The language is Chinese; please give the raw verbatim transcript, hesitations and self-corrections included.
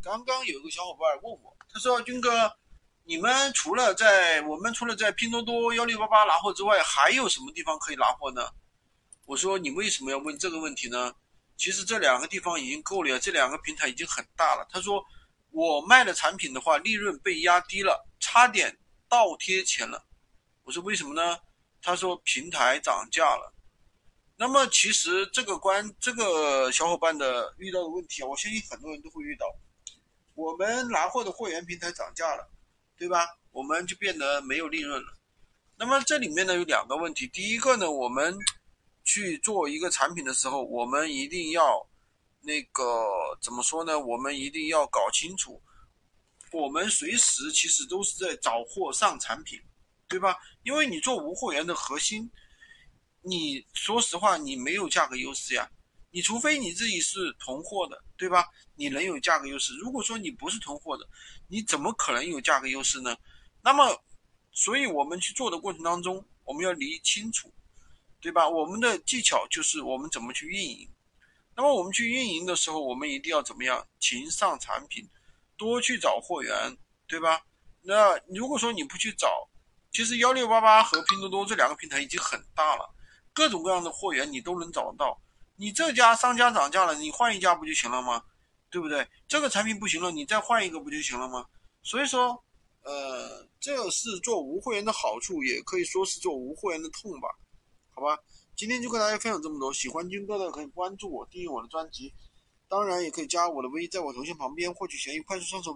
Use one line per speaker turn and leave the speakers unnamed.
刚刚有一个小伙伴问我，他说：军哥，你们除了在我们除了在拼多多、幺六八八拿货之外，还有什么地方可以拿货呢？我说你为什么要问这个问题呢？其实这两个地方已经够了，这两个平台已经很大了。他说我卖的产品的话，利润被压低了，差点倒贴钱了。我说为什么呢？他说平台涨价了。那么其实这个关这个小伙伴的遇到的问题啊，我相信很多人都会遇到。我们拿货的货源平台涨价了，对吧？我们就变得没有利润了。那么这里面呢有两个问题，第一个呢，我们去做一个产品的时候，我们一定要那个怎么说呢？我们一定要搞清楚，我们随时其实都是在找货上产品，对吧？因为你做无货源的核心，你说实话你没有价格优势呀，你除非你自己是囤货的，对吧？你能有价格优势。如果说你不是囤货的，你怎么可能有价格优势呢？那么，所以我们去做的过程当中，我们要理清楚，对吧？我们的技巧就是我们怎么去运营。那么我们去运营的时候，我们一定要怎么样？勤上产品，多去找货源，对吧？那如果说你不去找，其实幺六八八和拼多多这两个平台已经很大了，各种各样的货源你都能找到。你这家商家涨价了，你换一家不就行了吗？对不对？这个产品不行了，你再换一个不就行了吗？所以说，呃，这是做无货源的好处，也可以说是做无货源的痛吧。好吧，今天就跟大家分享这么多。喜欢军哥的可以关注我，订阅我的专辑，当然也可以加我的微，在我头像旁边获取闲鱼快速上手。